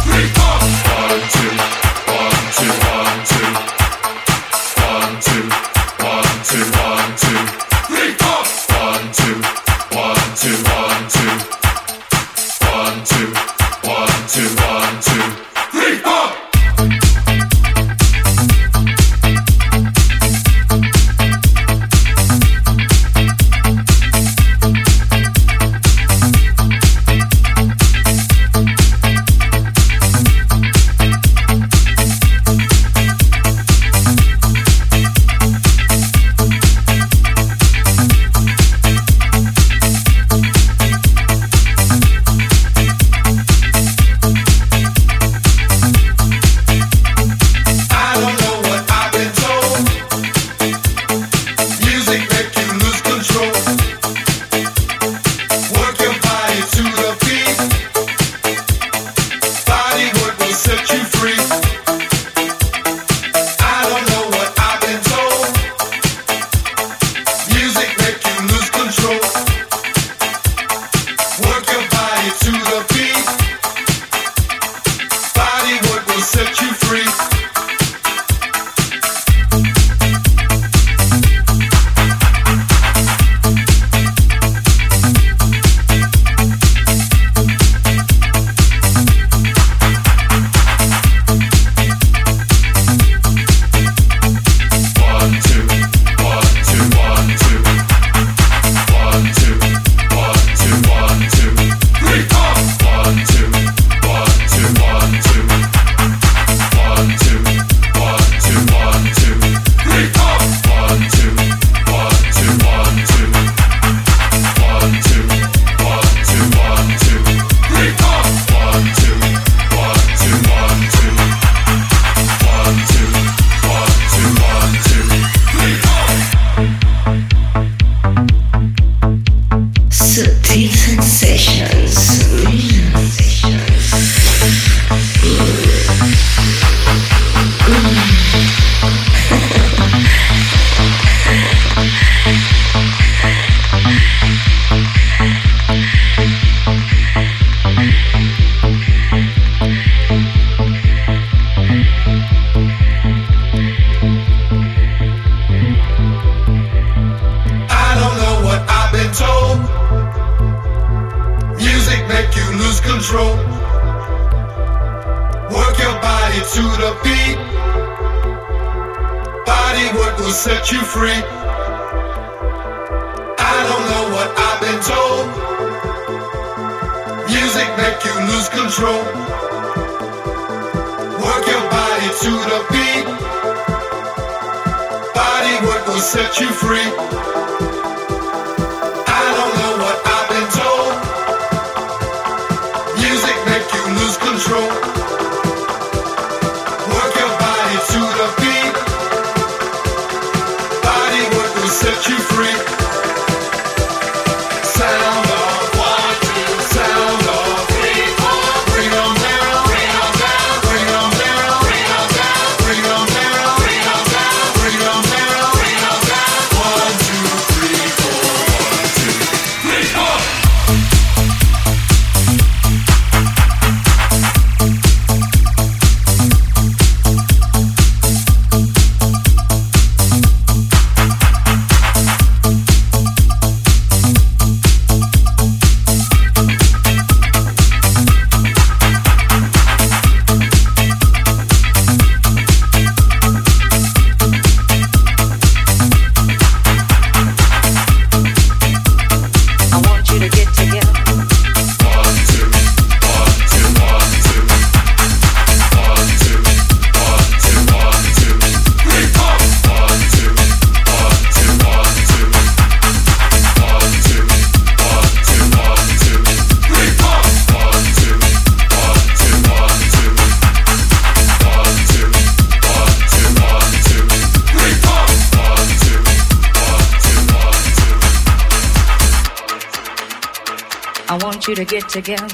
To get together.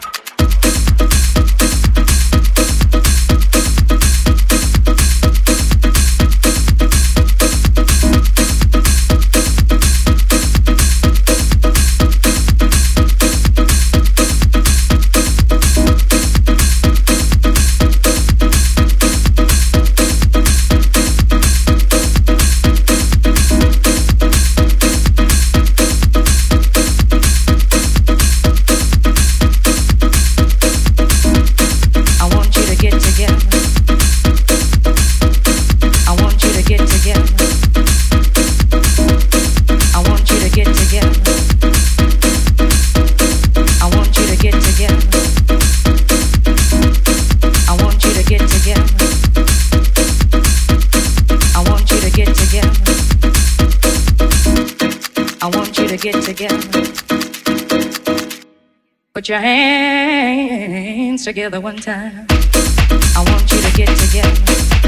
Put your hands together one time. I want you to get together.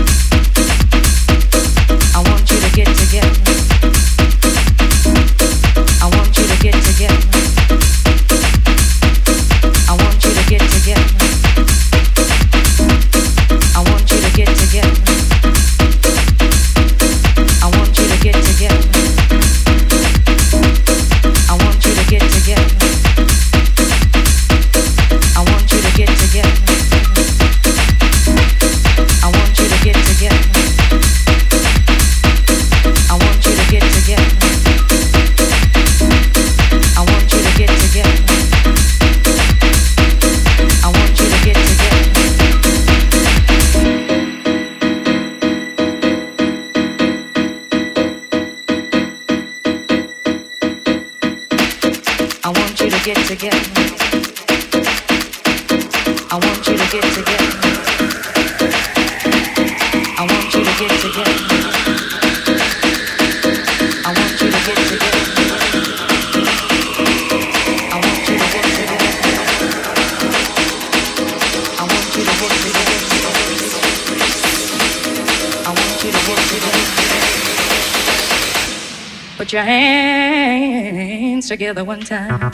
I want you to get together. I want you to get together. I want you to get together. get together. I want you to get together. I want you to get together. I want you to get together. I want you to get together. Put your hands together one time.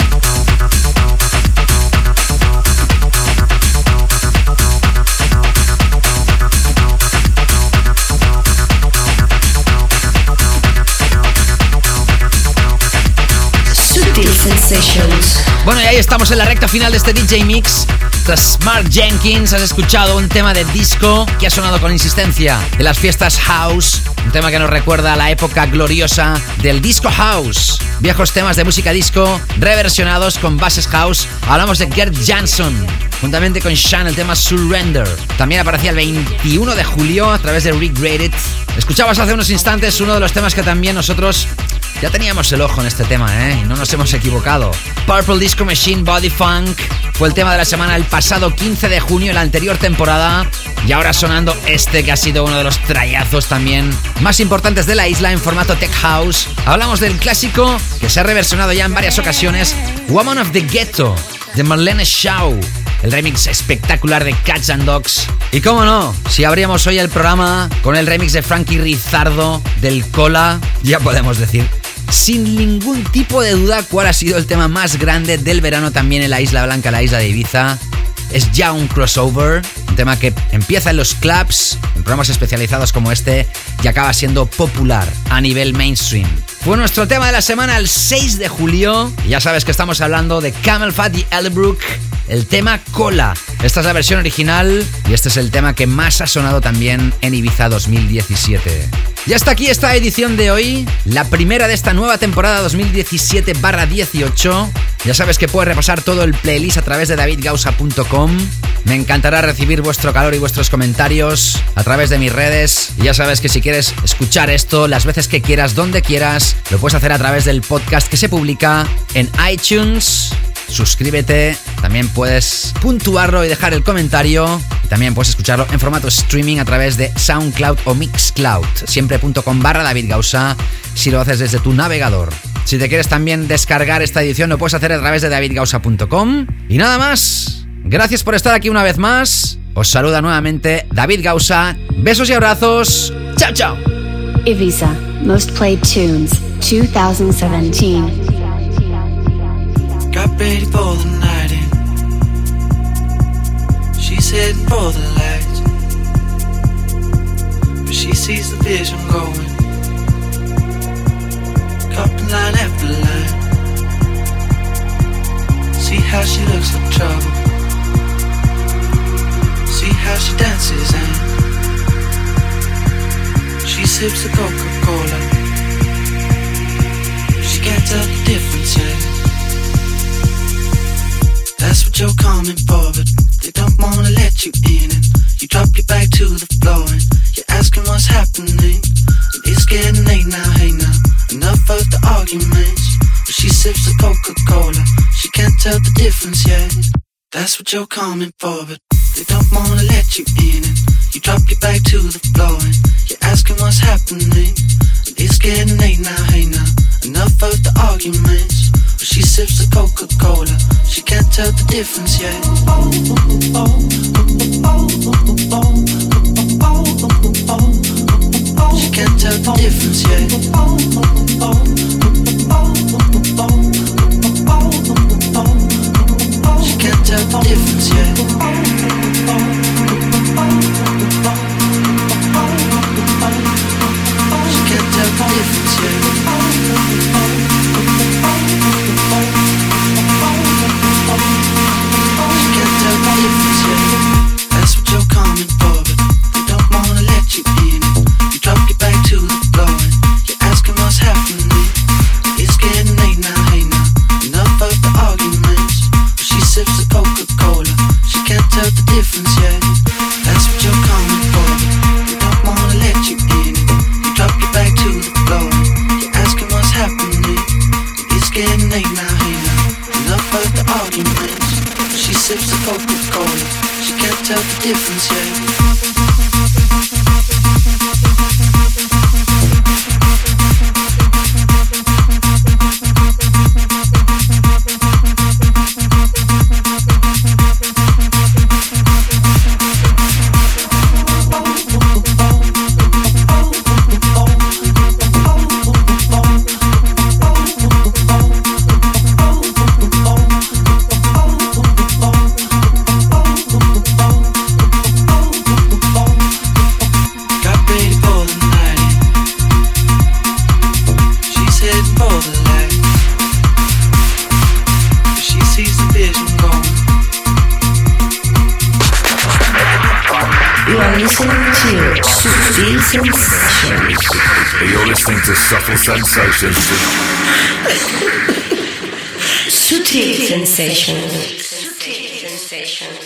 Sensations. Bueno, y ahí estamos en la recta final de este DJ Mix. Tras Mark Jenkins has escuchado un tema de disco que ha sonado con insistencia en las fiestas house, un tema que nos recuerda a la época gloriosa del disco house. Viejos temas de música disco reversionados con bases house. Hablamos de Gert Jansson juntamente con Sean, el tema Surrender. También aparecía el 21 de julio a través de Regretted. Escuchabas hace unos instantes uno de los temas que también nosotros ya teníamos el ojo en este tema, y no nos hemos equivocado. Purple Disco Machine Body Funk fue el tema de la semana el pasado 15 de junio en la anterior temporada. Y ahora sonando este que ha sido uno de los trayazos también más importantes de la isla en formato Tech House. Hablamos del clásico que se ha reversionado ya en varias ocasiones, Woman of the Ghetto, de Marlene Shaw. El remix espectacular de Cats and Dogs. Y cómo no, si abríamos hoy el programa con el remix de Frankie Rizardo del Cola, ya podemos decir sin ningún tipo de duda cuál ha sido el tema más grande del verano también en la Isla Blanca, la isla de Ibiza. Es ya un crossover, un tema que empieza en los clubs, en programas especializados como este, y acaba siendo popular a nivel mainstream. Fue nuestro tema de la semana el 6 de julio, y ya sabes que estamos hablando de Camel Fat y Elderbrook, el tema Cola. Esta es la versión original, y este es el tema que más ha sonado también en Ibiza 2017. Y hasta aquí esta edición de hoy, la primera de esta nueva temporada 2017/18. Ya sabes que puedes repasar todo el playlist a través de davidgausa.com. Me encantará recibir vuestro calor y vuestros comentarios a través de mis redes. Y ya sabes que si quieres escuchar esto las veces que quieras, donde quieras, lo puedes hacer a través del podcast que se publica en iTunes. Suscríbete, también puedes puntuarlo y dejar el comentario. Y también puedes escucharlo en formato streaming a través de SoundCloud o Mixcloud. Siempre.com/DavidGausa si lo haces desde tu navegador. Si te quieres también descargar esta edición, lo puedes hacer a través de davidgausa.com. Y nada más. Gracias por estar aquí una vez más. Os saluda nuevamente David Gausa. Besos y abrazos. Chao, chao. Ibiza Most Played Tunes 2017. Got ready for the night in. She's heading for the lights, but she sees the vision going, cupping line after line. See how she looks like trouble, see how she dances and she sips the Coca-Cola. She can't tell the difference yet. That's what you're coming for, but they don't wanna let you in. And you drop your back to the floor and you're asking what's happening. And it's getting late now, hey now, enough of the arguments. But she sips the Coca-Cola, she can't tell the difference yet. That's what you're coming for, but they don't wanna let you in. And you drop your back to the floor and you're asking what's happening. And it's getting late now, hey now, enough of the arguments. But she sips the Coca-Cola, she can't tell the difference yet. She can't tell the difference yet. She can't tell the difference yet. She can't tell the difference yet. That's what you're coming for, but they don't wanna let you in. You drop your back to the floor and you're asking what's happening. It's getting late now, hey now, enough of the arguments. But she sips the Coca-Cola, she can't tell the difference yet. That's what you're coming for, but they don't wanna let you in. You drop your back to the floor and you're asking what's happening. It's getting late now, hey now, enough of the arguments. She sips the Coca-Cola, she can't tell the difference yet. You are listening to Subtle Sensations. You're listening to Subtle Sensations. Subtle Sensations. Subtle Sensations.